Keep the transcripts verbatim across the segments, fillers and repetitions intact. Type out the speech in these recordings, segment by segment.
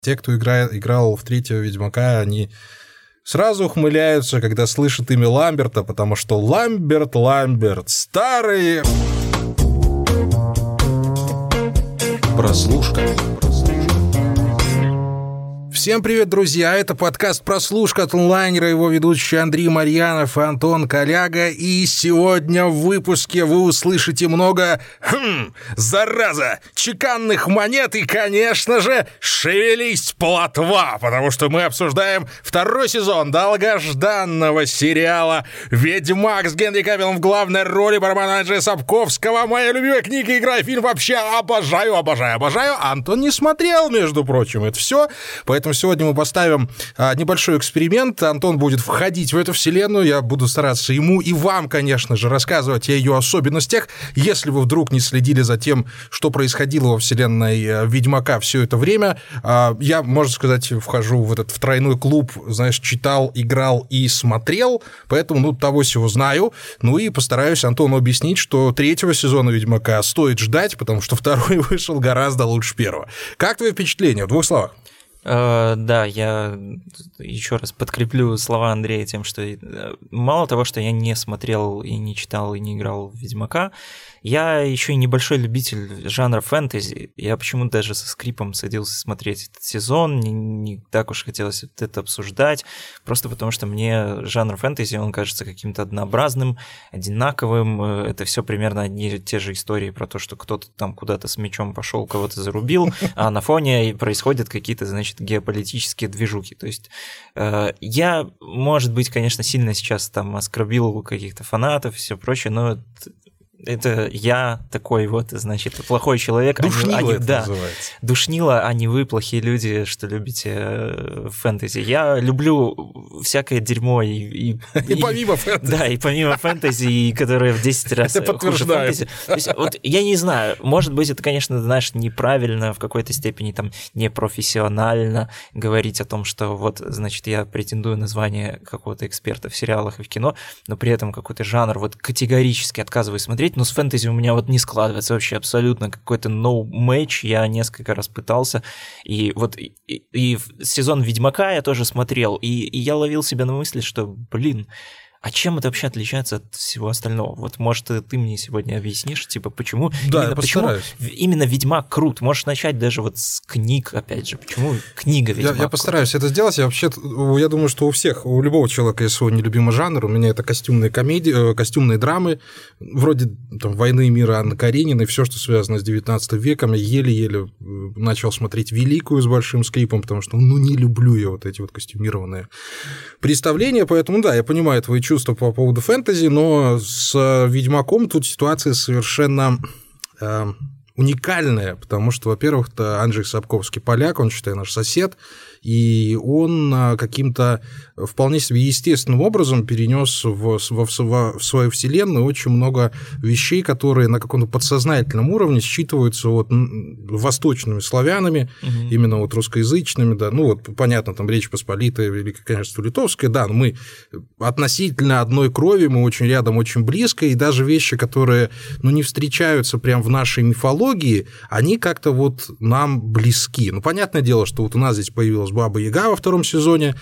Те, кто играет, играл в третьего Ведьмака, они сразу ухмыляются, когда слышат имя Ламберта, потому что Ламберт, Ламберт, старый... Прослушка. Всем привет, друзья! Это подкаст «Прослушка» от онлайнера, его ведущие Андрей Марьянов и Антон Коляга. И сегодня в выпуске вы услышите много, хм, зараза, чеканных монет и, конечно же, шевелись, плотва, потому что мы обсуждаем второй сезон долгожданного сериала «Ведьмак» с Генри Кавиллом в главной роли, барабан Анджея Сапковского. Моя любимая книга, игра и фильм вообще обожаю, обожаю, обожаю. Антон не смотрел, между прочим, это все, поэтому сегодня мы поставим а, небольшой эксперимент. Антон будет входить в эту вселенную. Я буду стараться ему и вам, конечно же, рассказывать о ее особенностях. Если вы вдруг не следили за тем, что происходило во вселенной Ведьмака все это время, а, я, можно сказать, вхожу в этот в тройной клуб, знаешь, читал, играл и смотрел, поэтому, ну, того всего знаю. Ну и постараюсь Антону объяснить, что третьего сезона Ведьмака стоит ждать, потому что второй вышел гораздо лучше первого. Как твои впечатления? В двух словах. Uh, да, я еще раз подкреплю слова Андрея тем, что мало того, что я не смотрел и не читал и не играл в Ведьмака, я еще и небольшой любитель жанра фэнтези. Я почему-то даже со скрипом садился смотреть этот сезон, не, не так уж хотелось это обсуждать, просто потому что мне жанр фэнтези, он кажется каким-то однообразным, одинаковым. Это все примерно одни и те же истории про то, что кто-то там куда-то с мечом пошел, кого-то зарубил, а на фоне происходят какие-то, значит, геополитические движухи. То есть э, я, может быть, конечно, сильно сейчас там оскорбил каких-то фанатов и все прочее, но это я такой вот, значит, плохой человек. Душнило они, это да, называется. Душнило, а не вы плохие люди, что любите фэнтези. Я люблю всякое дерьмо и... И, и, и помимо фэнтези. Да, и помимо фэнтези, которое в десять раз хуже фэнтези. То есть, вот я не знаю, может быть, это, конечно, знаешь, неправильно, в какой-то степени там непрофессионально говорить о том, что вот, значит, я претендую на звание какого-то эксперта в сериалах и в кино, но при этом какой-то жанр вот категорически отказываюсь смотреть. Но с фэнтези у меня вот не складывается вообще абсолютно какой-то no match, я несколько раз пытался, и вот и, и сезон Ведьмака я тоже смотрел, и, и я ловил себя на мысли, что, блин, а чем это вообще отличается от всего остального? Вот, может, ты мне сегодня объяснишь, типа, почему, да, именно, почему именно Ведьмак крут? Можешь начать даже вот с книг, опять же. Почему книга Ведьмак? Я, я постараюсь это сделать. Я вообще, я думаю, что у всех, у любого человека есть свой нелюбимый жанр. У меня это костюмные комедии, костюмные драмы, вроде там «Войны и мира» Анны Карениной, все, что связано с девятнадцатым веком. Я еле-еле начал смотреть «Великую» с большим скрипом, потому что, ну, не люблю я вот эти вот костюмированные представления. Поэтому, да, я понимаю твои чувства по поводу фэнтези, но с Ведьмаком тут ситуация совершенно э, уникальная, потому что, во-первых, это Анджей Сапковский поляк, он, считай, наш сосед, и он каким-то вполне себе естественным образом перенес в, в, в свою вселенную очень много вещей, которые на каком-то подсознательном уровне считываются вот восточными славянами, угу. именно вот русскоязычными, да, ну вот понятно, там Речь Посполитая, Великое княжество Литовское, да, но мы относительно одной крови, мы очень рядом, очень близко, и даже вещи, которые, ну, не встречаются прям в нашей мифологии, они как-то вот нам близки. Ну, понятное дело, что вот у нас здесь появилась Баба-Яга во втором сезоне,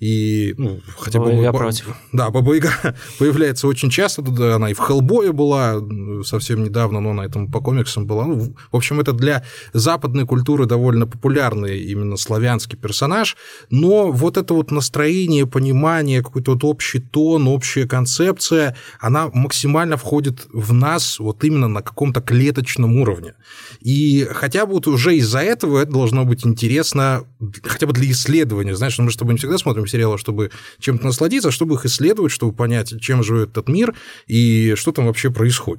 и, ну, хотя бы... Я против. Да, Баба-Яга появляется очень часто, туда она и в Хеллбое была совсем недавно, но она этому по комиксам была. Ну, в общем, это для западной культуры довольно популярный именно славянский персонаж, но вот это вот настроение, понимание, какой-то вот общий тон, общая концепция, она максимально входит в нас вот именно на каком-то клеточном уровне. И хотя бы вот уже из-за этого это должно быть интересно хотя бы для исследования, знаешь, мы с тобой не всегда смотрим сериалы, чтобы чем-то насладиться, а чтобы их исследовать, чтобы понять, чем живет этот мир и что там вообще происходит.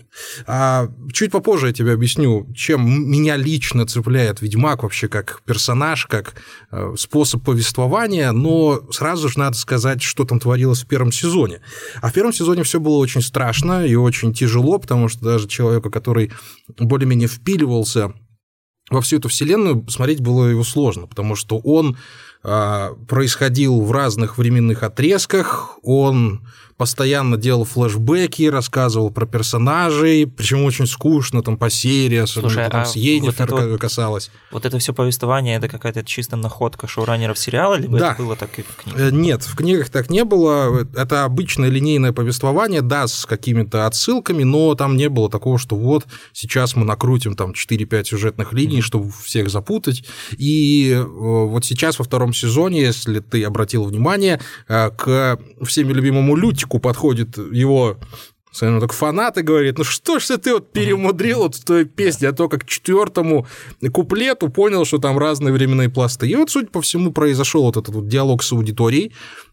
А чуть попозже я тебе объясню, чем меня лично цепляет Ведьмак вообще как персонаж, как способ повествования, но сразу же надо сказать, что там творилось в первом сезоне. А в первом сезоне все было очень страшно и очень тяжело, потому что даже человеку, который более-менее впиливался во всю эту вселенную, смотреть было его сложно, потому что он происходил в разных временных отрезках, он постоянно делал флешбеки, рассказывал про персонажей, причем очень скучно, там, по серии, особенно Слушай, там а с Йеннифер вот это касалось. Вот это все повествование, это какая-то чисто находка шоураннеров сериала, либо да. это было так и в книгах? Нет, в книгах так не было. Это обычное линейное повествование, да, с какими-то отсылками, но там не было такого, что вот сейчас мы накрутим там четыре-пять сюжетных линий, mm-hmm. чтобы всех запутать. И вот сейчас во втором сезоне, если ты обратил внимание, к всеми любимому Лютику подходит его, скажем так, фанат и говорит: ну что ж ты вот перемудрил вот в той песне, а то как к четвертому куплету понял, что там разные временные пласты. И вот, судя по всему, произошел вот этот вот диалог с аудиторией,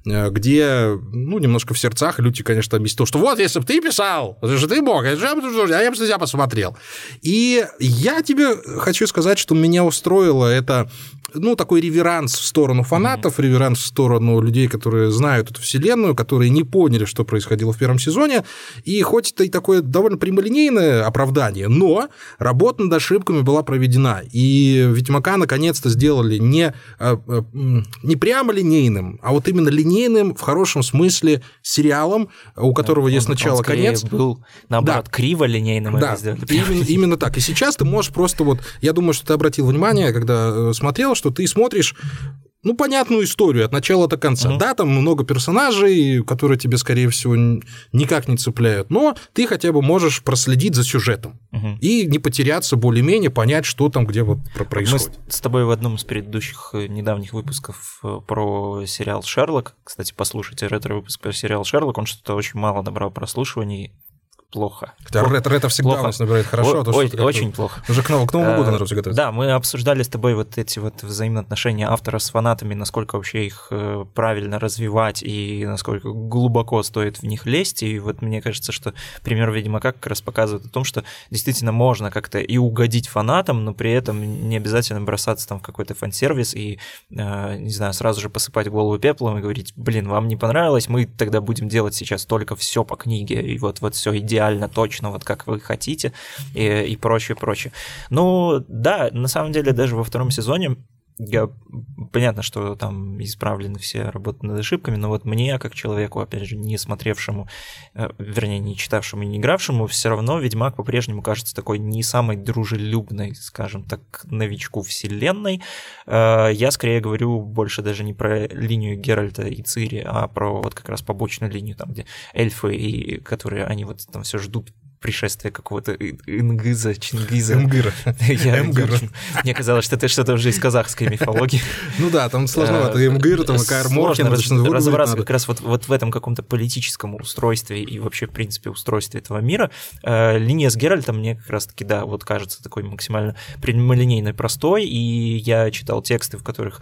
где, ну, немножко в сердцах Лютик, конечно, объяснил, что вот, если бы ты писал, что ты мог, а я бы на тебя посмотрел. И я тебе хочу сказать, что меня устроило это, ну, такой реверанс в сторону фанатов, mm-hmm. реверанс в сторону людей, которые знают эту вселенную, которые не поняли, что происходило в первом сезоне. И хоть это и такое довольно прямолинейное оправдание, но работа над ошибками была проведена. И Ведьмака наконец-то сделали не, не прямолинейным, а вот именно линейным, в хорошем смысле сериалом, у которого он, есть начало, он конец. Был, наоборот, да. криво-линейным. Да, именно, именно так. И сейчас ты можешь просто вот... Я думаю, что ты обратил внимание, когда смотрел, что ты смотришь, ну, понятную историю от начала до конца. Uh-huh. Да, там много персонажей, которые тебе, скорее всего, никак не цепляют, но ты хотя бы можешь проследить за сюжетом uh-huh. и не потеряться, более-менее понять, что там, где вот происходит. Мы с тобой в одном из предыдущих недавних выпусков про сериал «Шерлок», кстати, послушайте ретро-выпуск про сериал «Шерлок», он что-то очень мало набрал прослушиваний. Плохо. Хотя ретро, ретро всегда плохо. У нас набирает хорошо. О, а то ой, очень плохо. Уже к Новому, к Новому году народ все готовится. Да, мы обсуждали с тобой вот эти вот взаимоотношения автора с фанатами, насколько вообще их правильно развивать и насколько глубоко стоит в них лезть. И вот мне кажется, что пример Ведьмака как раз показывает о том, что действительно можно как-то и угодить фанатам, но при этом не обязательно бросаться там в какой-то фан-сервис и, не знаю, сразу же посыпать голову пеплом и говорить: блин, вам не понравилось, мы тогда будем делать сейчас только все по книге, и вот, вот все идеально. Точно, вот как вы хотите, и, и прочее, прочее. Ну, да, на самом деле, даже во втором сезоне я... понятно, что там исправлены все работы над ошибками, но вот мне, как человеку, опять же, не смотревшему, вернее, не читавшему и не игравшему, все равно Ведьмак по-прежнему кажется такой не самой дружелюбной, скажем так, новичку вселенной. Я скорее говорю больше даже не про линию Геральта и Цири, а про вот как раз побочную линию, там, где эльфы, и которые они вот там все ждут пришествие какого-то Ингиза, Чингиза. Эмгыра. Эмгыра. Мне казалось, что это что-то уже из казахской мифологии. Ну да, там сложновато. Эмгыр, там Каэр Морхен. Разобраться как раз вот в этом каком-то политическом устройстве и вообще, в принципе, устройстве этого мира. Линия с Геральтом мне как раз-таки, да, вот кажется такой максимально прямолинейной, простой, и я читал тексты, в которых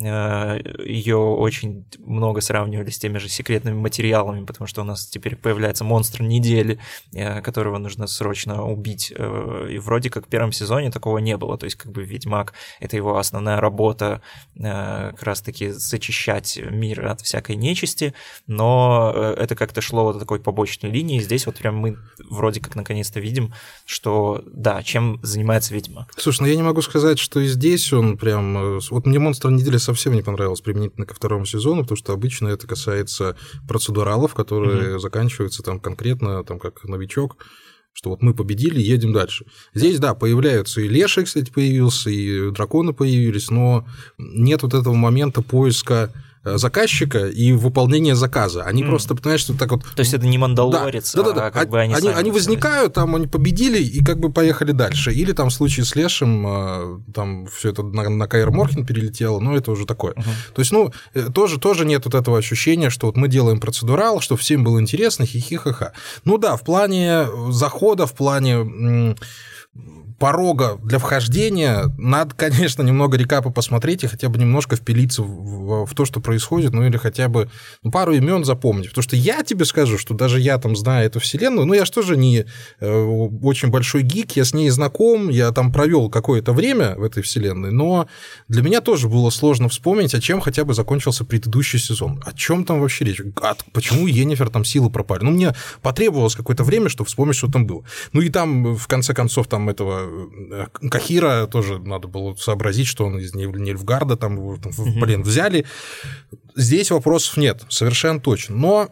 ее очень много сравнивали с теми же секретными материалами, потому что у нас теперь появляется монстр недели, которого нужно срочно убить. И вроде как в первом сезоне такого не было. То есть как бы Ведьмак — это его основная работа, как раз-таки зачищать мир от всякой нечисти, но это как-то шло вот такой побочной линии. Здесь вот прям мы вроде как наконец-то видим, что да, чем занимается Ведьмак. Слушай, ну я не могу сказать, что и здесь он прям... Вот мне «Монстр недели» совсем не понравилось применительно ко второму сезону, потому что обычно это касается процедуралов, которые mm-hmm. заканчиваются там конкретно, там как новичок, что вот мы победили, едем дальше. Здесь, да, появляются и леший, кстати, появился, и драконы появились, но нет вот этого момента поиска заказчика и выполнения заказа. Они mm. просто, понимаешь, что так вот... То есть это не Мандалорец, да, а да, да, да. как а, бы они Они, они возникают, там они победили и как бы поехали дальше. Или там в случае с Лешим там все это на, на Каэр Морхен перелетело, но это уже такое. Uh-huh. То есть, ну, тоже, тоже нет вот этого ощущения, что вот мы делаем процедурал, что всем было интересно, хихи-ха-ха. Ну да, в плане захода, в плане... порога для вхождения надо, конечно, немного рекапа посмотреть и хотя бы немножко впилиться в, в, в то, что происходит, ну или хотя бы ну, пару имен запомнить. Потому что я тебе скажу, что даже я там знаю эту вселенную, ну я же тоже не э, очень большой гик, я с ней знаком, я там провел какое-то время в этой вселенной, но для меня тоже было сложно вспомнить, о чем хотя бы закончился предыдущий сезон. О чем там вообще речь? А почему Йеннифер там силы пропали? Ну мне потребовалось какое-то время, чтобы вспомнить, что там было. Ну и там, в конце концов, там этого Кахира тоже надо было сообразить, что он из Нильфгарда, там, его, там в плен взяли. Здесь вопросов нет, совершенно точно. Но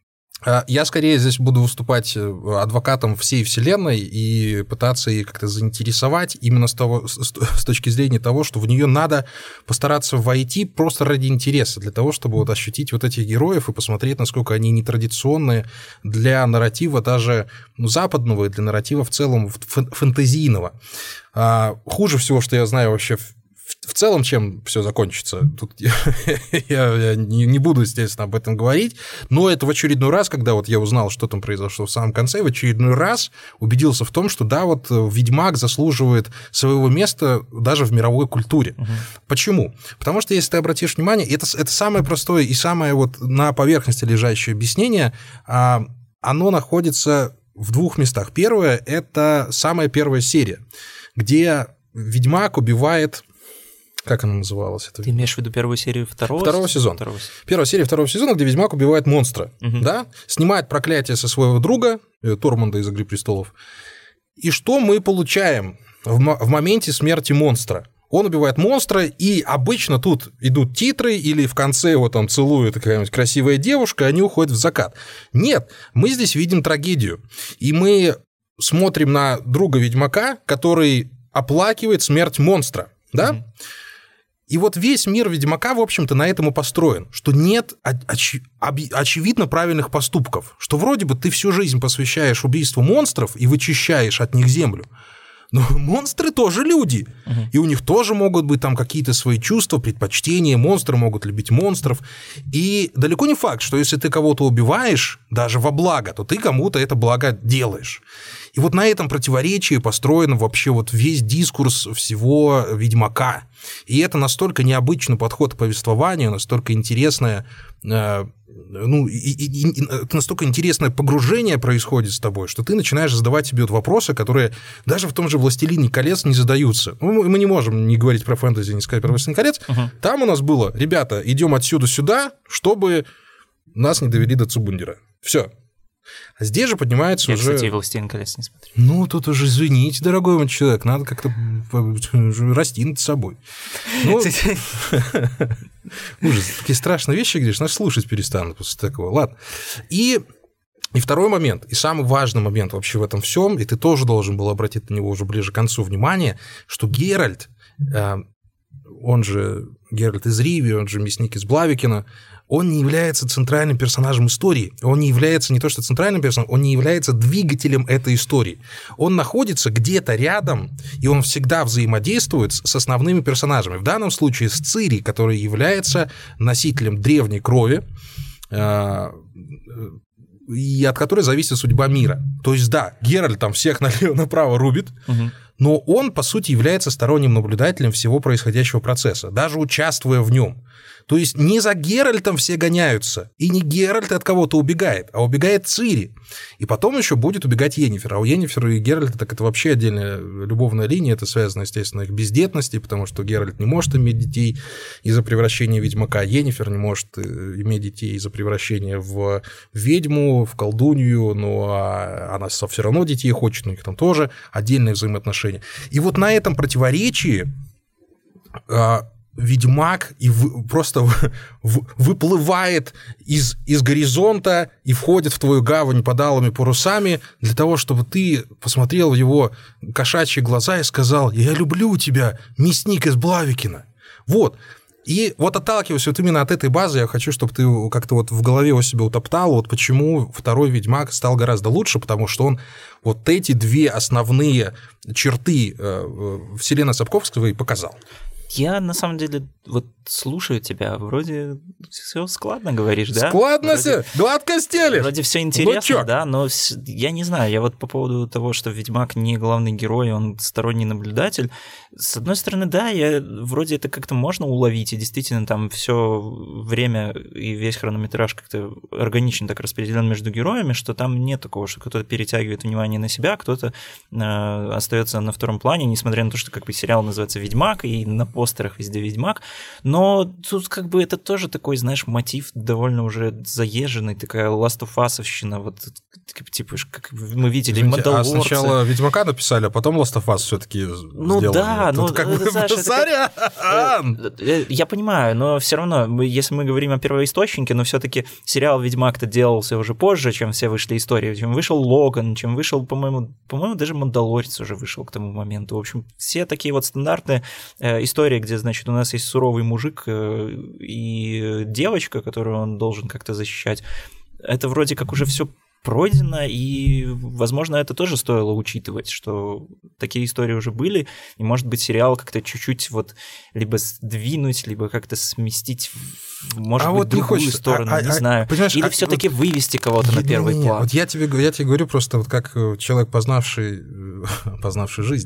я скорее здесь буду выступать адвокатом всей вселенной и пытаться ее как-то заинтересовать именно с, того, с точки зрения того, что в нее надо постараться войти просто ради интереса, для того, чтобы вот ощутить вот этих героев и посмотреть, насколько они нетрадиционные для нарратива даже ну, западного и для нарратива в целом фэнтезийного. А хуже всего, что я знаю вообще в целом, чем все закончится, тут я, я не буду, естественно, об этом говорить, но это в очередной раз, когда вот я узнал, что там произошло в самом конце, в очередной раз убедился в том, что да, вот Ведьмак заслуживает своего места даже в мировой культуре. Угу. Почему? Потому что, если ты обратишь внимание, это, это самое простое и самое вот на поверхности лежащее объяснение, оно находится в двух местах. Первое – это самая первая серия, где Ведьмак убивает... Как она называлась? Ты имеешь в виду первую серию второго, второго сезона? Второго. Первая серия второго сезона, где Ведьмак убивает монстра, угу. да? Снимает проклятие со своего друга, Тормунда из «Игры престолов». И что мы получаем в, в моменте смерти монстра? Он убивает монстра, и обычно тут идут титры, или в конце его там целует какая-нибудь красивая девушка, и они уходят в закат. Нет, мы здесь видим трагедию. И мы смотрим на друга Ведьмака, который оплакивает смерть монстра, да? Угу. И вот весь мир Ведьмака, в общем-то, на этом и построен, что нет оч- очевидно правильных поступков, что вроде бы ты всю жизнь посвящаешь убийству монстров и вычищаешь от них землю, но монстры тоже люди, uh-huh. и у них тоже могут быть там какие-то свои чувства, предпочтения, монстры могут любить монстров, и далеко не факт, что если ты кого-то убиваешь, даже во благо, то ты кому-то это благо делаешь. И вот на этом противоречии построен вообще вот весь дискурс всего Ведьмака. И это настолько необычный подход к повествованию, настолько интересное, э, ну, и, и, и, настолько интересное погружение происходит с тобой, что ты начинаешь задавать себе вот вопросы, которые даже в том же «Властелине колец» не задаются. Ну, мы не можем не говорить про фэнтези, не сказать про «Властелин колец». Uh-huh. Там у нас было, ребята, идем отсюда сюда, чтобы нас не довели до Цугундера. Все. А здесь же поднимается Я, уже... Я, кстати, «Властелин колец» не смотрю. Ну, тут уже, извините, дорогой мой человек, надо как-то расти над собой. Ну, ужас, такие страшные вещи, говоришь, нас слушать перестанут после такого. Ладно. И... И второй момент, и самый важный момент вообще в этом всем, и ты тоже должен был обратить на него уже ближе к концу внимание, что Геральт, он же Геральт из Ривии, он же мясник из Блавикина, он не является центральным персонажем истории. Он не является не то что центральным персонажем, он не является двигателем этой истории. Он находится где-то рядом, и он всегда взаимодействует с основными персонажами. В данном случае с Цири, который является носителем древней крови, и от которой зависит судьба мира. То есть, да, Геральт там всех налево-направо рубит, угу. но он, по сути, является сторонним наблюдателем всего происходящего процесса, даже участвуя в нем. То есть не за Геральтом все гоняются, и не Геральт от кого-то убегает, а убегает Цири. И потом еще будет убегать Йеннифер. А у Йеннифера и Геральта так это вообще отдельная любовная линия, это связано, естественно, их бездетности, потому что Геральт не может иметь детей из-за превращения в ведьмака, Йеннифер не может иметь детей из-за превращения в ведьму, в колдунью, но она все равно детей хочет, у них там тоже отдельные взаимоотношения. И вот на этом противоречии Ведьмак и в, просто в, в, выплывает из, из горизонта и входит в твою гавань под алыми парусами для того, чтобы ты посмотрел в его кошачьи глаза и сказал: «Я люблю тебя, мясник из Блавикина». Вот. И вот отталкиваясь вот именно от этой базы, я хочу, чтобы ты как-то вот в голове у себя утоптал, вот почему второй Ведьмак стал гораздо лучше, потому что он вот эти две основные черты вселенной Сапковского и показал. Я, на самом деле, вот слушаю тебя, вроде все складно говоришь, да? Складно все, гладко стелишь. Вроде все интересно, ну, да, но я не знаю, я вот по поводу того, что Ведьмак не главный герой, он сторонний наблюдатель, с одной стороны, да, я, вроде это как-то можно уловить, и действительно там все время и весь хронометраж как-то органично так распределен между героями, что там нет такого, что кто-то перетягивает внимание на себя, кто-то э, остается на втором плане, несмотря на то, что как бы сериал называется «Ведьмак», и на постерах везде Ведьмак, но тут как бы это тоже такой такой, знаешь, мотив довольно уже заезженный, такая Last of Us-овщина, вот, типа, как мы видели, Извините, Мандалорцы. А сначала Ведьмака написали, а потом Last of Us все-таки ну, сделали. Да, ну как да, бы, Саша, сорян! Как... Я понимаю, но все равно, если мы говорим о первоисточнике, но все-таки сериал Ведьмак-то делался уже позже, чем все вышли истории, чем вышел Логан, чем вышел, по-моему, по-моему, даже Мандалорец уже вышел к тому моменту. В общем, все такие вот стандартные э, истории, где, значит, у нас есть суровый мужик э, и девочка, которую он должен как-то защищать, это вроде как уже все пройдено, и, возможно, это тоже стоило учитывать, что такие истории уже были, и, может быть, сериал как-то чуть-чуть вот либо сдвинуть, либо как-то сместить, может а быть, вот другую не хочется. сторону, а, не а, знаю. Или а, все-таки вот, вывести кого-то на первый не, план. Вот я тебе, я тебе говорю просто вот как человек, познавший, познавший жизнь,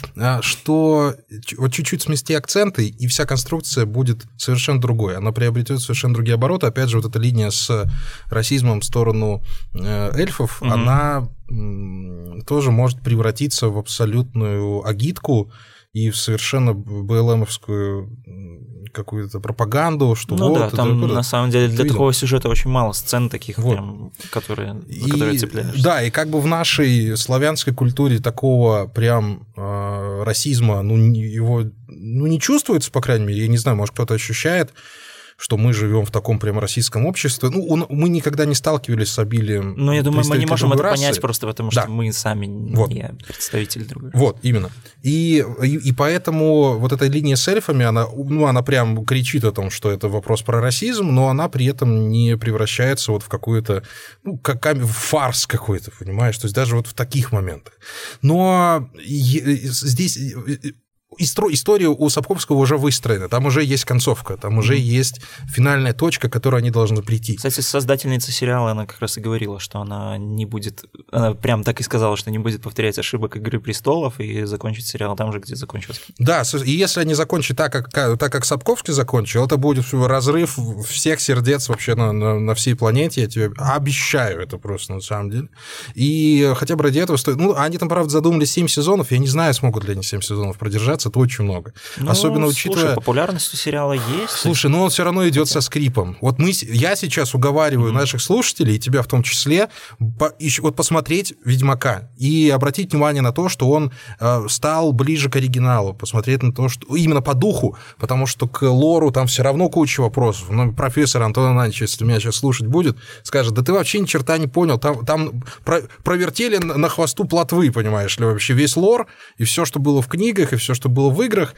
что вот чуть-чуть смести акценты, и вся конструкция будет совершенно другой. Она приобретет совершенно другие обороты. Опять же, вот эта линия с расизмом в сторону эльфов, mm-hmm. она тоже может превратиться в абсолютную агитку и в совершенно бэ эл эм-овскую какую-то пропаганду, что ну вот... да, там это, на самом деле для видел? Такого сюжета очень мало сцен таких, вот. прям, которые, и, за которые цепляешься. Да, и как бы в нашей славянской культуре такого прям э, расизма, ну, его ну, не чувствуется, по крайней мере, я не знаю, может, кто-то ощущает, что мы живем в таком прям российском обществе. Ну, он, мы никогда не сталкивались с обилием. Ну, я думаю, мы не можем это расы. понять просто потому, что да. мы сами вот. не представители другой. Вот, именно. И, и, и поэтому вот эта линия с эльфами, она, ну, она прям кричит о том, что это вопрос про расизм, но она при этом не превращается вот в какую-то, ну, как в фарс какой-то, понимаешь? То есть даже вот в таких моментах. Но здесь... История у Сапковского уже выстроена, там уже есть концовка, там уже mm-hmm. есть финальная точка, к которой они должны прийти. Кстати, создательница сериала, она как раз и говорила, что она не будет, она прям так и сказала, что не будет повторять ошибок «Игры престолов» и закончит сериал там же, где закончился. Да, и если они закончат так, как, так, как Сапковский закончил, это будет разрыв всех сердец вообще на, на, на всей планете, я тебе обещаю это просто на самом деле. И хотя бы ради этого стоит... Ну, они там, правда, задумали семь сезонов, я не знаю, смогут ли они семь сезонов продержаться, это очень много. Ну, особенно слушай, учитывая... популярность у сериала есть. Слушай, ну он все равно идет со скрипом. Вот мы, я сейчас уговариваю mm-hmm. наших слушателей, и тебя в том числе, по, еще, вот посмотреть «Ведьмака» и обратить внимание на то, что он э, стал ближе к оригиналу, посмотреть на то, что именно по духу, потому что к лору там все равно куча вопросов. Ну, профессор Антон Иванович, если меня сейчас слушать будет, скажет, да ты вообще ни черта не понял, там, там про, провертели на хвосту плотвы, понимаешь ли, вообще весь лор, и все, что было в книгах, и все, что было в играх,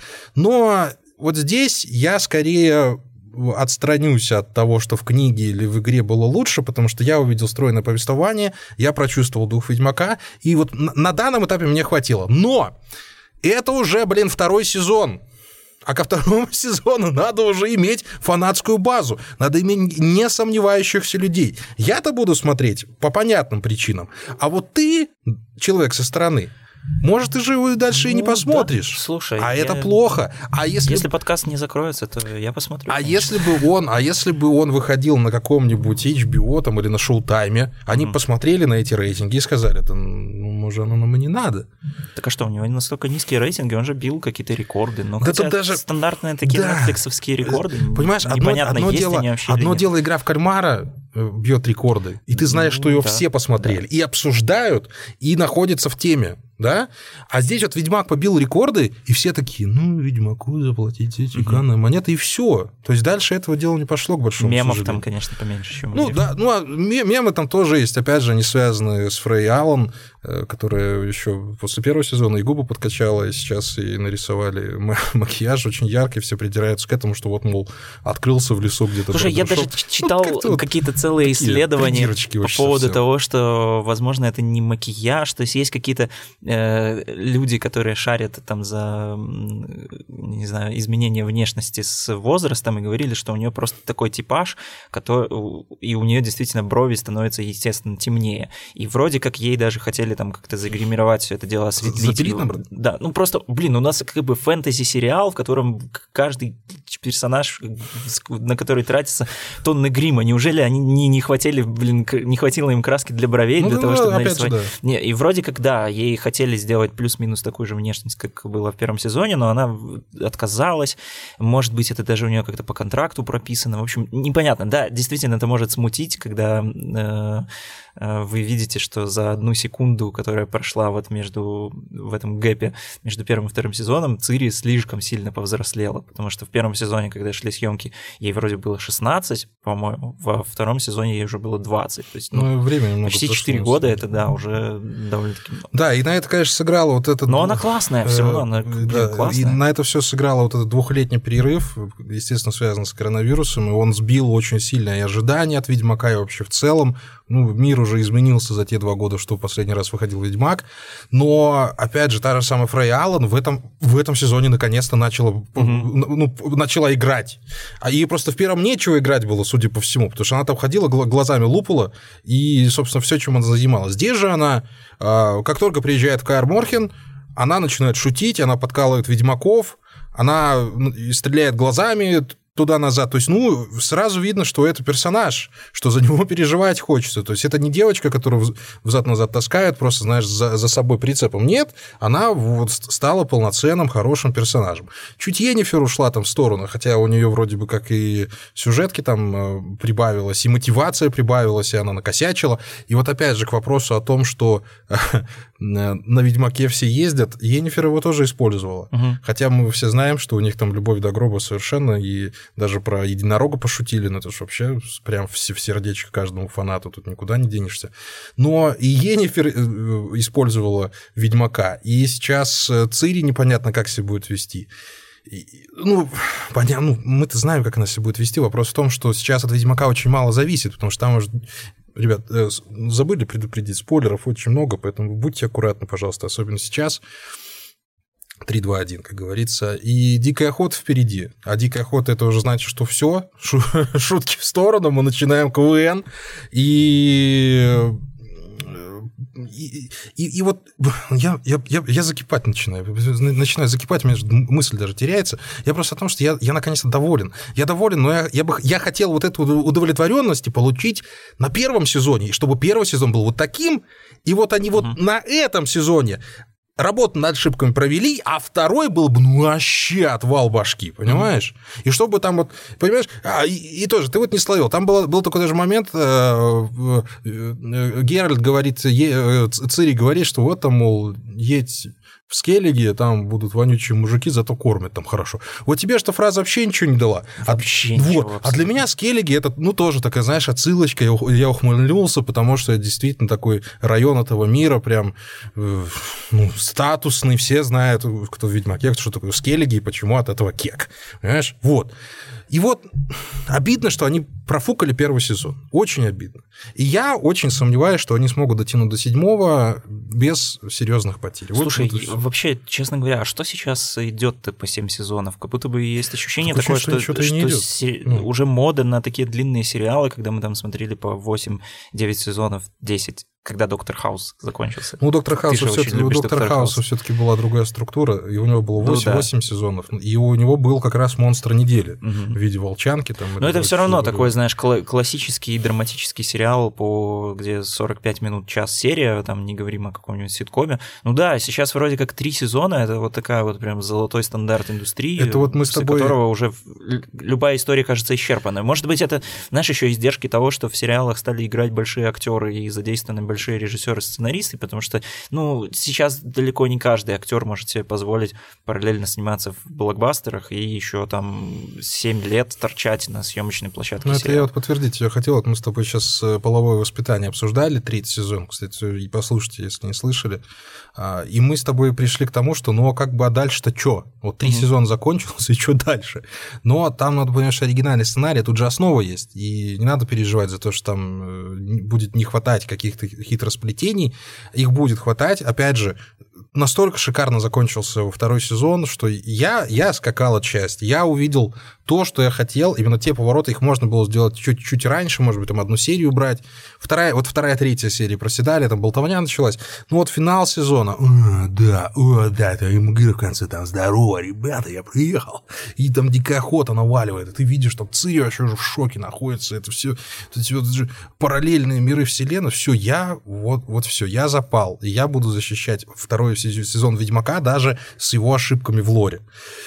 но вот здесь я скорее отстранюсь от того, что в книге или в игре было лучше, потому что я увидел стройное повествование, я прочувствовал дух Ведьмака, и вот на данном этапе мне хватило. Но это уже, блин, второй сезон. А ко второму сезону надо уже иметь фанатскую базу, надо иметь не сомневающихся людей. Я-то буду смотреть по понятным причинам, а вот ты, человек со стороны, может, ты же его дальше ну, и не посмотришь. Да. Слушай, а я... это плохо. А если... если подкаст не закроется, то я посмотрю. А конечно. если бы он, а если бы он выходил на каком-нибудь эйч би о там, или на Шоутайме, они mm-hmm. посмотрели на эти рейтинги и сказали, это, ну, может, оно нам и не надо. Так а что, у него настолько низкие рейтинги, он же бил какие-то рекорды. Но да хотя даже... стандартные такие да. нетфликсовские рекорды. Понимаешь, одно, одно, есть дело, одно дело игра в кальмара бьет рекорды, и ты знаешь, что ее да. все посмотрели, да. и обсуждают, и находятся в теме. Да? А здесь вот Ведьмак побил рекорды, и все такие, ну, Ведьмаку заплатить эти чеканные угу. монеты, и все. То есть дальше этого дела не пошло, к большому Мемов сожалению. Там, конечно, поменьше, чем ну, да, ну, а мемы там тоже есть, опять же, они связаны с Фрей Аллен, которая еще после первого сезона и губы подкачала, и сейчас и нарисовали макияж очень яркий, все придираются к этому, что вот, мол, открылся в лесу где-то. Слушай, я даже читал ну, какие-то целые исследования по поводу совсем. того, что, возможно, это не макияж, то есть есть какие-то люди, которые шарят там за, не знаю, изменение внешности с возрастом, и говорили, что у нее просто такой типаж, который, и у нее действительно брови становятся, естественно, темнее. И вроде как ей даже хотели хотели там как-то загримировать все это дело, осветлить. Запилить, наоборот? Да, ну просто, блин, у нас как бы фэнтези-сериал, в котором каждый персонаж, на который тратится тонны грима. Неужели они не, не хватили, блин, не хватило им краски для бровей, ну, для ну, того, чтобы нарисовать? Же, да. Не, и вроде как, да, ей хотели сделать плюс-минус такую же внешность, как было в первом сезоне, но она отказалась. Может быть, это даже у нее как-то по контракту прописано. В общем, непонятно. Да, действительно, это может смутить, когда э, э, вы видите, что за одну секунду, которая прошла вот между, в этом гэпе между первым и вторым сезоном, Цири слишком сильно повзрослела, потому что в первом сезоне, когда шли съемки, ей вроде было шестнадцать, по-моему, во втором сезоне ей уже было двадцать. То есть, ну, ну, время немного почти четыре года, это, да, уже довольно-таки много. Да, и на это, конечно, сыграло вот это... Но она классная, все равно она да, классная. И на это все сыграло вот этот двухлетний перерыв, естественно, связан с коронавирусом, и он сбил очень сильно и ожидания от Ведьмака, и вообще в целом. Ну, мир уже изменился за те два года, что в последний раз выходил Ведьмак. Но, опять же, та же самая Фрей Аллен в этом, в этом сезоне наконец-то начала, mm-hmm. ну, начала играть. А ей просто в первом нечего играть было, судя по всему, потому что она там ходила, глазами лупала, и, собственно, все, чем она занималась. Здесь же она, как только приезжает в Каэр Морхен, она начинает шутить, она подкалывает ведьмаков, она стреляет глазами туда-назад. То есть, ну, сразу видно, что это персонаж, что за него переживать хочется. То есть, это не девочка, которую взад-назад таскают, просто, знаешь, за, за собой прицепом. Нет, она вот стала полноценным, хорошим персонажем. Чуть Йеннифер ушла там в сторону, хотя у нее вроде бы как и сюжетки там прибавилось, и мотивация прибавилась, и она накосячила. И вот опять же к вопросу о том, что на Ведьмаке все ездят, Йеннифер его тоже использовала. Угу. Хотя мы все знаем, что у них там любовь до гроба совершенно, и даже про единорога пошутили, но это же вообще прям в сердечко каждому фанату, тут никуда не денешься. Но и Йеннифер использовала Ведьмака, и сейчас Цири непонятно, как себя будет вести. Ну, понятно, ну, мы-то знаем, как она себя будет вести. Вопрос в том, что сейчас от Ведьмака очень мало зависит, потому что там уже... Ребят, забыли предупредить, спойлеров очень много, поэтому будьте аккуратны, пожалуйста, особенно сейчас. три, два, один, как говорится. И дикая охота впереди. А дикая охота — это уже значит, что все, шутки в сторону, мы начинаем КВН. И... И, и, и вот я, я, я, я закипать начинаю, начинаю закипать, у меня мысль даже теряется. Я просто о том, что я, я наконец-то доволен. Я доволен, но я, я, бы, я хотел вот эту удовлетворенность получить на первом сезоне, и чтобы первый сезон был вот таким, и вот они вот uh-huh. на этом сезоне работу над ошибками провели, а второй был бы, ну, вообще отвал башки, понимаешь? Mm-hmm. И чтобы там вот, понимаешь, а, и, и тоже, ты вот не словил, там был, был такой даже момент, э, э, Геральт говорит, е, Цири говорит, что вот там, мол, едь в Скеллиге, там будут вонючие мужики, зато кормят там хорошо. Вот тебе эта фраза вообще ничего не дала. Вообще а, ничего. Вот. А для меня Скеллиги это, ну, тоже такая, знаешь, отсылочка. Я, я ухмыльнулся, потому что это действительно такой район этого мира, прям э, ну, статусный. Все знают, кто в Ведьмаке, что такое Скеллиги и почему от этого кек. Понимаешь? Вот. И вот обидно, что они профукали первый сезон. Очень обидно. И я очень сомневаюсь, что они смогут дотянуть до седьмого без серьезных потерь. Слушай, вот вообще, честно говоря, а что сейчас идет по семь сезонов? Как будто бы есть ощущение такое, такое, что, что, что се... ну. уже мода на такие длинные сериалы, когда мы там смотрели по восемь-девять сезонов, десять. Когда Доктор Хаус закончился. Ну, Доктор Хаус все-таки, у Доктора Хауса все-таки была другая структура, и у него было восемь, ну, да. восемь сезонов, и у него был как раз монстр недели угу. в виде волчанки. Там, но это все равно такой, знаешь, классический драматический сериал, по, где сорок пять минут, час серия, там не говорим о каком-нибудь ситкоме. Ну да, сейчас вроде как три сезона, это вот такая вот прям золотой стандарт индустрии, это вот мы с тобой... которого уже любая история кажется исчерпанной. Может быть, это, знаешь, еще издержки того, что в сериалах стали играть большие актеры и задействованы большие большие режиссеры-сценаристы, потому что, ну, сейчас далеко не каждый актер может себе позволить параллельно сниматься в блокбастерах и еще там семь лет торчать на съемочной площадке. Ну, это я вот подтвердить я хотел. Вот мы с тобой сейчас половое воспитание обсуждали, третий сезон, кстати, и послушайте, если не слышали. И мы с тобой пришли к тому, что, ну, а как бы, а дальше-то что? Вот три mm-hmm. сезона закончился, и что дальше? Но там надо, понимаешь, оригинальный сценарий, тут же основа есть, и не надо переживать за то, что там будет не хватать каких-то хитросплетений, их будет хватать. Опять же, настолько шикарно закончился второй сезон, что я, я скакал от счастья. Я увидел то, что я хотел, именно те повороты, их можно было сделать чуть-чуть раньше, может быть, там одну серию брать. Вторая, вот вторая, третья серия проседали, там болтовня началась. Ну вот финал сезона, о, да, о, да, это МГИР в конце, там, здорово, ребята, я приехал. И там дикая охота наваливает, и ты видишь, там Цири вообще уже в шоке находится, это все, эти вот параллельные миры вселенной, все, я, вот, вот все, я запал, и я буду защищать второй сезон Ведьмака даже с его ошибками в лоре.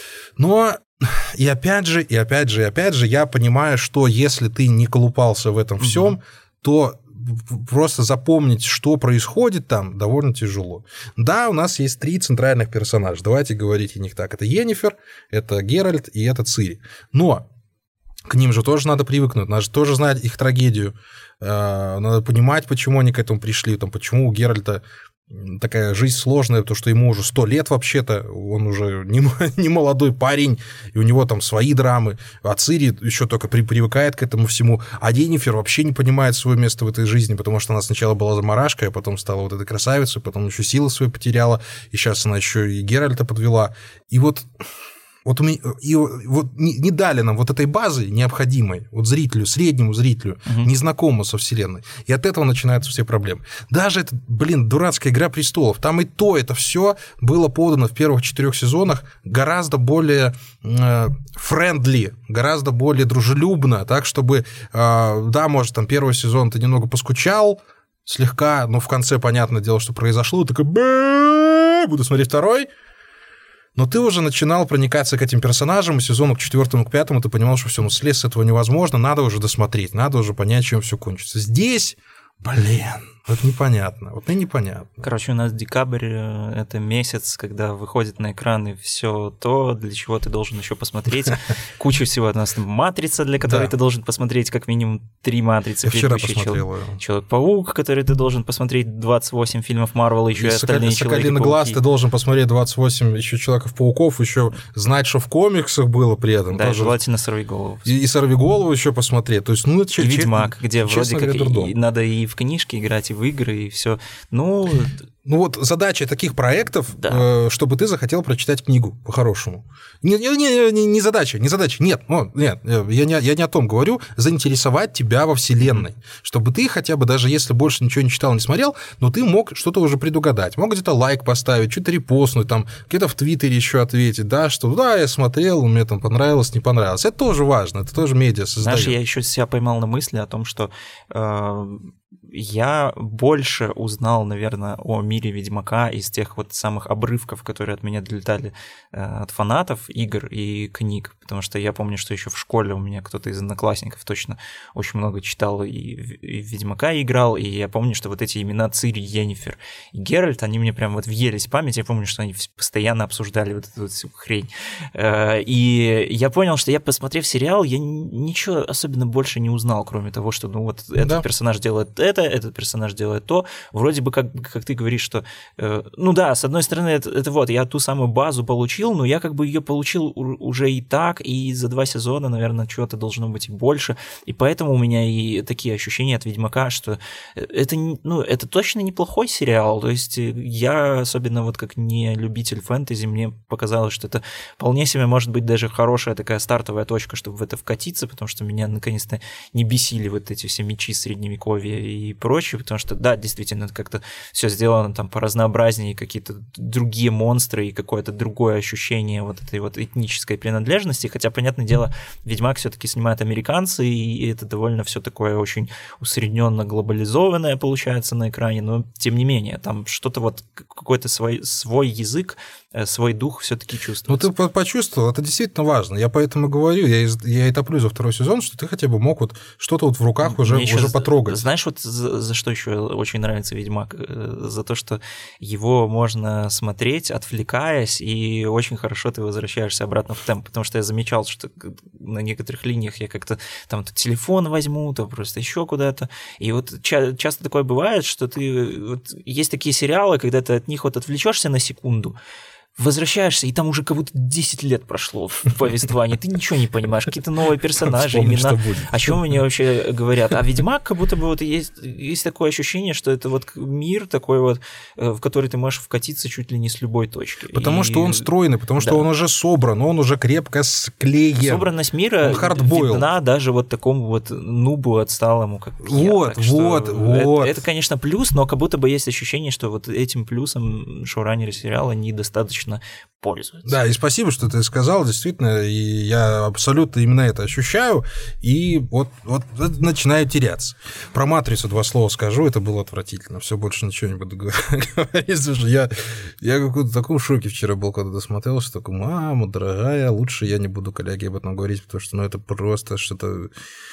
Но и опять же, и опять же, и опять же, я понимаю, что если ты не колупался в этом mm-hmm. всем, то просто запомнить, что происходит там, довольно тяжело. Да, у нас есть три центральных персонажа, давайте говорить о них так. Это Йеннифер, это Геральт и это Цири. Но к ним же тоже надо привыкнуть, надо же тоже знать их трагедию, надо понимать, почему они к этому пришли, там, почему у Геральта такая жизнь сложная, потому что ему уже сто лет вообще-то, он уже не, не молодой парень, и у него там свои драмы, а Цири еще только при, привыкает к этому всему, а Йеннифер вообще не понимает свое место в этой жизни, потому что она сначала была заморашкой, а потом стала вот этой красавицей, потом еще силы свои потеряла, и сейчас она еще и Геральта подвела, и вот... Вот, у меня, и вот не, не дали нам вот этой базы необходимой, вот зрителю, среднему зрителю, угу. незнакомому со вселенной. И от этого начинаются все проблемы. Даже эта, блин, дурацкая «Игра престолов», там и то это все было подано в первых четырех сезонах гораздо более френдли, э, гораздо более дружелюбно, так, чтобы, э, да, может, там первый сезон ты немного поскучал, слегка, но в конце, понятное дело, что произошло, такой, буду смотреть второй. Но ты уже начинал проникаться к этим персонажам, и сезону к четвертому, к пятому ты понимал, что все, ну слез с этого невозможно, надо уже досмотреть, надо уже понять, чем все кончится. Здесь, блин, вот непонятно, вот мне непонятно. Короче, у нас декабрь — это месяц, когда выходит на экраны все то, для чего ты должен еще посмотреть. Куча всего. У нас «Матрица», для которой ты должен посмотреть как минимум три «Матрицы». Я вчера посмотрел. «Человек-паук», который ты должен посмотреть двадцать восемь фильмов Марвела, еще и остальные «Человеки-пауки». «Соколиный глаз» ты должен посмотреть двадцать восемь еще «Человеков-пауков», еще знать, что в комиксах было при этом. Да, желательно «Сорвиголову». И «Сорвиголову» еще посмотреть. То есть, ну, и «Ведьмак», где вроде как надо и в книжки играть, и в игры, и все. Ну, ну вот задача таких проектов, да. э, чтобы ты захотел прочитать книгу по-хорошему. Не, не, не, не задача, не задача, нет, ну, нет, я не, я не о том говорю, заинтересовать тебя во вселенной, чтобы ты хотя бы, даже если больше ничего не читал, не смотрел, но ты мог что-то уже предугадать, мог где-то лайк поставить, что-то репостнуть, там, где-то в Твиттере еще ответить, да, что да, я смотрел, мне там понравилось, не понравилось. Это тоже важно, это тоже медиа создает. Знаешь, я еще себя поймал на мысли о том, что э, я больше узнал, наверное, о мире Ведьмака из тех вот самых обрывков, которые от меня долетали э, от фанатов игр и книг, потому что я помню, что еще в школе у меня кто-то из одноклассников точно очень много читал и, и в Ведьмака играл, и я помню, что вот эти имена Цири, Йеннифер и Геральт, они мне прям вот въелись в память, я помню, что они постоянно обсуждали вот эту вот всю хрень. Э, и я понял, что я, посмотрев сериал, я ничего особенно больше не узнал, кроме того, что ну вот этот да. персонаж делает это, этот персонаж делает то, вроде бы как, как ты говоришь, что, э, ну да, с одной стороны, это, это вот, я ту самую базу получил, но я как бы ее получил уже и так, и за два сезона, наверное, чего-то должно быть и больше, и поэтому у меня и такие ощущения от Ведьмака, что это, ну, это точно неплохой сериал, то есть я, особенно вот как не любитель фэнтези, мне показалось, что это вполне себе может быть даже хорошая такая стартовая точка, чтобы в это вкатиться, потому что меня наконец-то не бесили вот эти все мечи средневековья и прочее, потому что, да, действительно, это как-то все сделано там поразнообразнее, какие-то другие монстры и какое-то другое ощущение вот этой вот этнической принадлежности, хотя, понятное дело, Ведьмак все-таки снимают американцы, и это довольно все такое очень усредненно глобализованное получается на экране, но тем не менее, там что-то вот, какой-то свой, свой язык, свой дух все-таки чувствуется. Ну, ты почувствовал, это действительно важно. Я поэтому говорю, я, я и топлю за второй сезон, что ты хотя бы мог вот что-то вот в руках уже, уже потрогать. Знаешь, вот за, за что еще очень нравится Ведьмак? За то, что его можно смотреть, отвлекаясь, и очень хорошо ты возвращаешься обратно в темп, потому что я замечал, что на некоторых линиях я как-то там то телефон возьму, то просто еще куда-то. И вот ча- часто такое бывает, что ты... Вот есть такие сериалы, когда ты от них вот отвлечешься на секунду, возвращаешься, и там уже как будто десять лет прошло в повествовании, ты ничего не понимаешь, какие-то новые персонажи, имена, о чем они вообще говорят. А Ведьмак как будто бы вот есть, есть такое ощущение, что это вот мир такой вот, в который ты можешь вкатиться чуть ли не с любой точки. Потому и... что он стройный, потому что да. он уже собран, он уже крепко склеен. Собранность мира видна даже вот такому вот нубу отсталому, как я. Вот, вот, это, вот. Это, конечно, плюс, но как будто бы есть ощущение, что вот этим плюсом шоураннеры сериала недостаточно пользуются. Да, и спасибо, что ты сказал, действительно, и я абсолютно именно это ощущаю, и вот, вот начинаю теряться. Про «Матрицу» два слова скажу, это было отвратительно, все больше ничего не буду говорить, слушай, я, я в каком-то таком шоке вчера был, когда досмотрел, что такой, мама дорогая, лучше я не буду коллеге об этом говорить, потому что, ну, это просто что-то...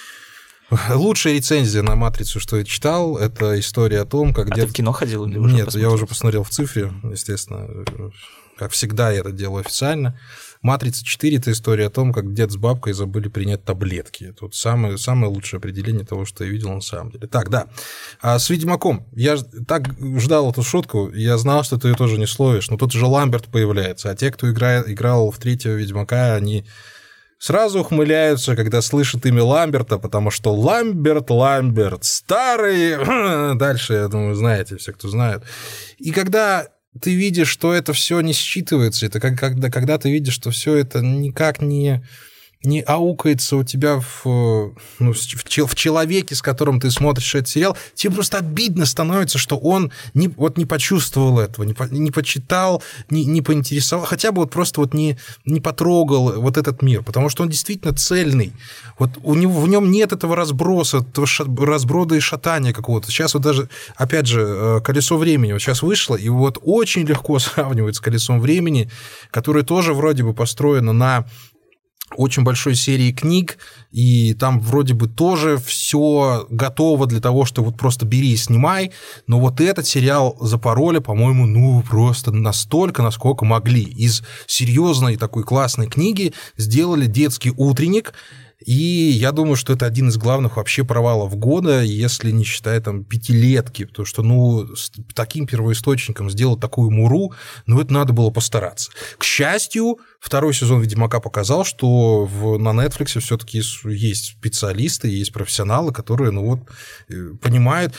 Лучшая рецензия на «Матрицу», что я читал, это история о том, как... А дед... ты в кино ходил или уже Нет, посмотрел? Я уже посмотрел в цифре, естественно. Как всегда, я это делаю официально. «Матрица четыре» — это история о том, как дед с бабкой забыли принять таблетки. Это вот самое, самое лучшее определение того, что я видел на самом деле. Так, да. А с «Ведьмаком». Я так ждал эту шутку, я знал, что ты ее тоже не словишь, но тут же Ламберт появляется, а те, кто играет, играл в третьего «Ведьмака», они... сразу ухмыляются, когда слышат имя Ламберта, потому что Ламберт, Ламберт, старый... Дальше, я думаю, знаете, все, кто знает. И когда ты видишь, что это все не считывается, это как, когда, когда ты видишь, что все это никак не... не аукается у тебя в, ну, в, в человеке, с которым ты смотришь этот сериал, тебе просто обидно становится, что он не, вот не почувствовал этого, не, по, не почитал, не, не поинтересовал, хотя бы вот просто вот не, не потрогал вот этот мир, потому что он действительно цельный. Вот у него, в нем нет этого разброса, этого ша, разброда и шатания какого-то. Сейчас вот даже, опять же, «Колесо времени» вот сейчас вышло, и вот очень легко сравнивать с «Колесом времени», которое тоже вроде бы построено на очень большой серии книг, и там вроде бы тоже все готово для того, что вот просто бери и снимай, но вот этот сериал запороли, по-моему, ну просто настолько, насколько могли. Из серьезной такой классной книги сделали детский утренник, и я думаю, что это один из главных вообще провалов года, если не считая там пятилетки, потому что, ну, с таким первоисточником сделать такую муру, ну, это надо было постараться. К счастью, второй сезон «Ведьмака» показал, что в, на Netflix все-таки есть специалисты, есть профессионалы, которые, ну, вот, понимают,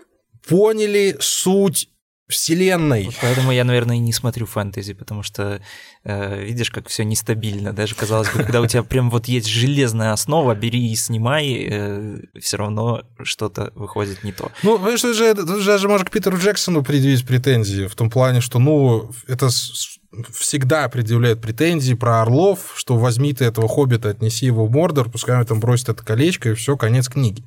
поняли суть вселенной. Вот поэтому я, наверное, и не смотрю фэнтези, потому что э, видишь, как все нестабильно. Даже, казалось бы, когда у тебя прям вот есть железная основа, бери и снимай, э, все равно что-то выходит не то. Ну, знаешь, тут же, тут же даже можно к Питеру Джексону предъявить претензии, в том плане, что, ну, это всегда предъявляют претензии про орлов, что возьми ты этого хоббита, отнеси его в Мордор, пускай он там бросит это колечко, и все, конец книги.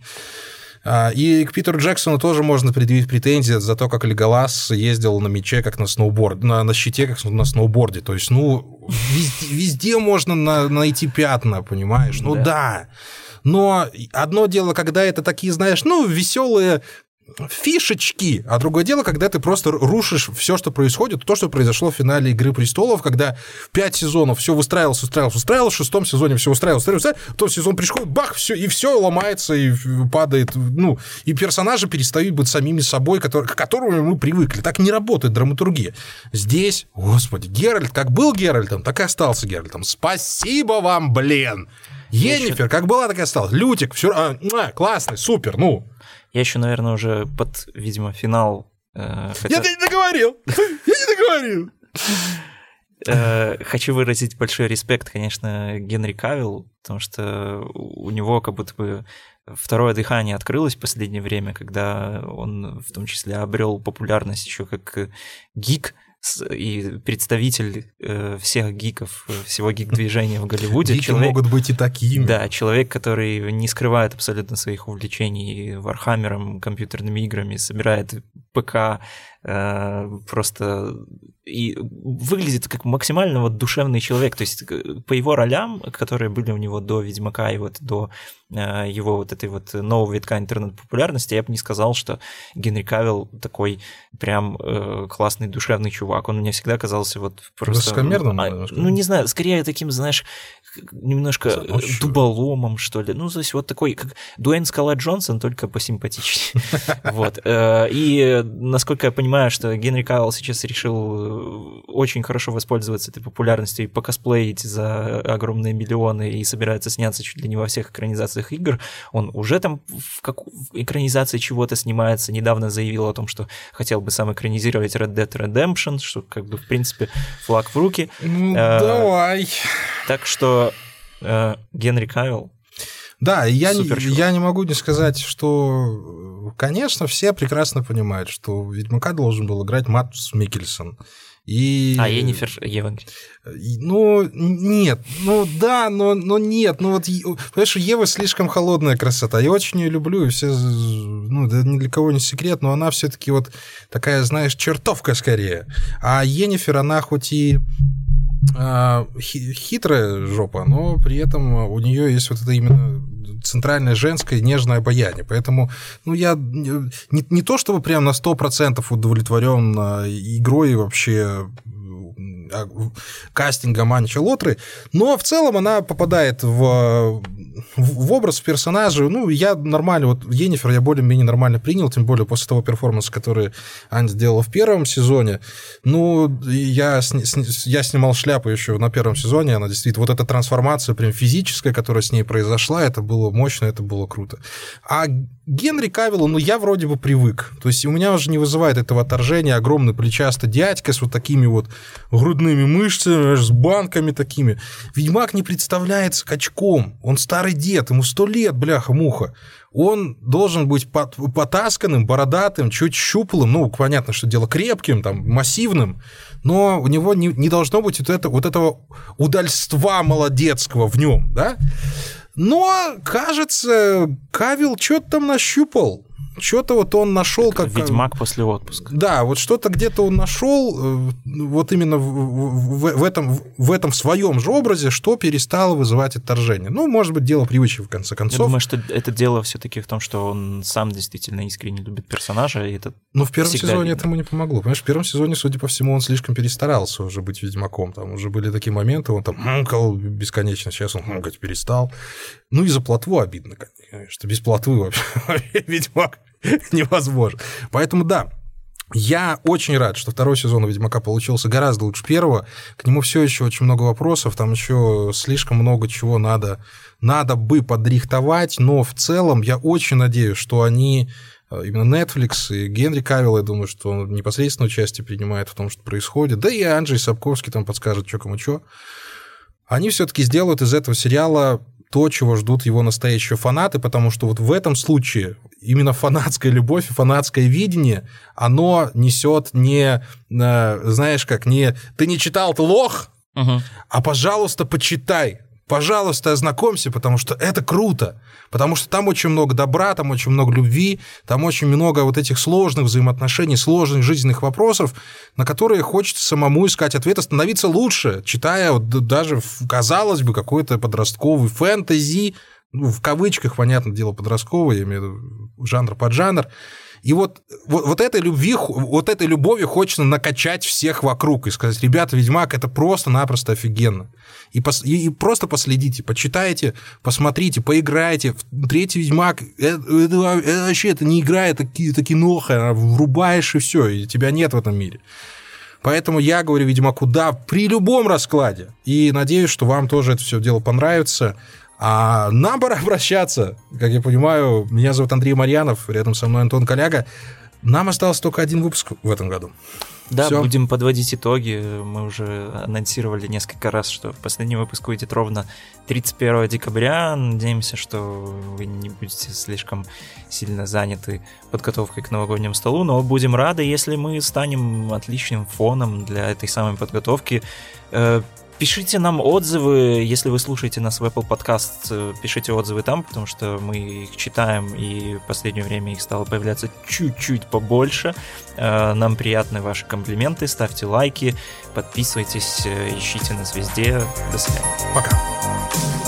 И к Питеру Джексону тоже можно предъявить претензии за то, как Леголас ездил на мече, как на сноуборде, на, на щите, как на сноуборде. То есть, ну, везде, везде можно на, найти пятна, понимаешь? Ну да. да. Но одно дело, когда это такие, знаешь, ну, веселые фишечки, а другое дело, когда ты просто рушишь все, что происходит, то, что произошло в финале «Игры престолов», когда пять сезонов все выстраивалось, выстраивалось, выстраивалось, в шестом сезоне все выстраивалось, выстраивалось, потом сезон приходит, бах, все, и все ломается, и падает, ну, и персонажи перестают быть самими собой, которые, к которым мы привыкли. Так не работает драматургия. Здесь, господи, Геральт, как был Геральтом, так и остался Геральтом. Спасибо вам, блин! Йеннифер, как была, так и осталась. Лютик, все, а, классный, супер, ну. Я еще, наверное, уже под, видимо, финал... Э, хотя... Я не договорил! Я не договорил! Э, хочу выразить большой респект, конечно, Генри Кавиллу, потому что у него как будто бы второе дыхание открылось в последнее время, когда он в том числе обрел популярность еще как гик, и представитель э, всех гиков, всего гик-движения в Голливуде. Гики человек, могут быть и такими. Да, человек, который не скрывает абсолютно своих увлечений Вархаммером, компьютерными играми, собирает ПК, э, просто и выглядит как максимально вот душевный человек. То есть по его ролям, которые были у него до «Ведьмака» и вот до э, его вот этой вот нового витка интернет-популярности, я бы не сказал, что Генри Кавилл такой прям э, классный душевный чувак, чувак, он мне всегда казался вот просто... Высокомерным? А, ну, не знаю, скорее таким, знаешь, немножко Заносчивый. Дуболомом, что ли. Ну, то есть вот такой, как Дуэйн Скала Джонсон, только посимпатичнее. Вот. И насколько я понимаю, что Генри Кавилл сейчас решил очень хорошо воспользоваться этой популярностью и покосплеить за огромные миллионы и собирается сняться чуть ли не во всех экранизациях игр. Он уже там в, как... в экранизации чего-то снимается. Недавно заявил о том, что хотел бы сам экранизировать Red Dead Redemption, что как бы, в принципе, флаг в руки. Ну, давай. Так что э, Генри Кавилл. Да, я не, я не могу не сказать, что, конечно, все прекрасно понимают, что Ведьмака должен был играть Мадс Миккельсен. И... А Йеннифер Евангель. Ну, нет, ну да, но, но нет. Ну вот, понимаешь, Ева слишком холодная красота. Я очень ее люблю, и все, ну, да ни для кого не секрет, но она все-таки вот такая, знаешь, чертовка скорее. А Йеннифер, она хоть и хитрая жопа, но при этом у нее есть вот это именно центральное женское нежное обаяние. Поэтому, ну, я не, не то чтобы прям на сто процентов удовлетворен игрой вообще кастингом Анчи Лотры, но в целом она попадает в, в образ персонажа. Ну, я нормально, вот Йеннифер я более-менее нормально принял, тем более после того перформанса, который Аня сделала в первом сезоне. Ну, я, сни- я снимал шляпу еще на первом сезоне, она действительно, вот эта трансформация прям физическая, которая с ней произошла, это было мощно, это было круто. А Генри Кавиллу, ну, я вроде бы привык. То есть у меня уже не вызывает этого отторжения огромный плечастый дядька с вот такими вот грудными мышцами, с банками такими. Ведьмак не представляется качком. Он старый дед, ему сто лет, бляха-муха. Он должен быть потасканным, бородатым, чуть щуплым, ну, понятно, что дело крепким, там, массивным, но у него не, не должно быть вот, это, вот этого удальства молодецкого в нем, да? Но, кажется, Кавилл что-то там нащупал. Что-то вот он нашел как... Ведьмак после отпуска. Да, вот что-то где-то он нашел вот именно в, в, в, этом, в этом своем же образе, что перестало вызывать отторжение. Ну, может быть, дело привычки, в конце концов. Я думаю, что это дело все-таки в том, что он сам действительно искренне любит персонажа, и это Но в первом сезоне видно. Это ему не помогло. Понимаешь, в первом сезоне, судя по всему, он слишком перестарался уже быть ведьмаком. Там уже были такие моменты, он там хмкал бесконечно, сейчас он хмкать перестал. Ну, и за плотву обидно, конечно. Без плотвы вообще ведьмак невозможно. Поэтому да, я очень рад, что второй сезон Ведьмака получился гораздо лучше первого. К нему все еще очень много вопросов, там еще слишком много чего надо, надо бы подрихтовать, но в целом я очень надеюсь, что они, именно Netflix и Генри Кавилл, я думаю, что он непосредственно участие принимает в том, что происходит, да и Анджей Сапковский там подскажет, что кому что. Они все-таки сделают из этого сериала то, чего ждут его настоящие фанаты, потому что вот в этом случае именно фанатская любовь и фанатское видение, оно несет не, знаешь как, не «ты не читал, ты лох», угу. а «пожалуйста, почитай». Пожалуйста, ознакомься, потому что это круто, потому что там очень много добра, там очень много любви, там очень много вот этих сложных взаимоотношений, сложных жизненных вопросов, на которые хочется самому искать ответы, становиться лучше, читая вот даже, казалось бы, какой-то подростковый фэнтези, ну, в кавычках, понятное дело, подростковый, я имею в виду жанр под жанр. И вот, вот, вот, этой любви, вот этой любовью хочется накачать всех вокруг и сказать: ребята, Ведьмак — это просто-напросто офигенно. И, пос, и, и просто последите, почитайте, посмотрите, поиграйте. Третий Ведьмак — это, это, это вообще это не игра, это, это киноха, врубаешь и все, и тебя нет в этом мире. Поэтому я говорю Ведьмаку да при любом раскладе. И надеюсь, что вам тоже это все дело понравится. А нам пора прощаться. Как я понимаю, меня зовут Андрей Марьянов, рядом со мной Антон Коляга. Нам остался только один выпуск в этом году. Да, Всё. Будем подводить итоги. Мы уже анонсировали несколько раз, что последний выпуск выйдет ровно тридцать первого декабря. Надеемся, что вы не будете слишком сильно заняты подготовкой к новогоднему столу, но будем рады, если мы станем отличным фоном для этой самой подготовки. Пишите нам отзывы, если вы слушаете нас в Apple Podcast, пишите отзывы там, потому что мы их читаем, и в последнее время их стало появляться чуть-чуть побольше. Нам приятны ваши комплименты, ставьте лайки, подписывайтесь, ищите нас везде. До свидания. Пока.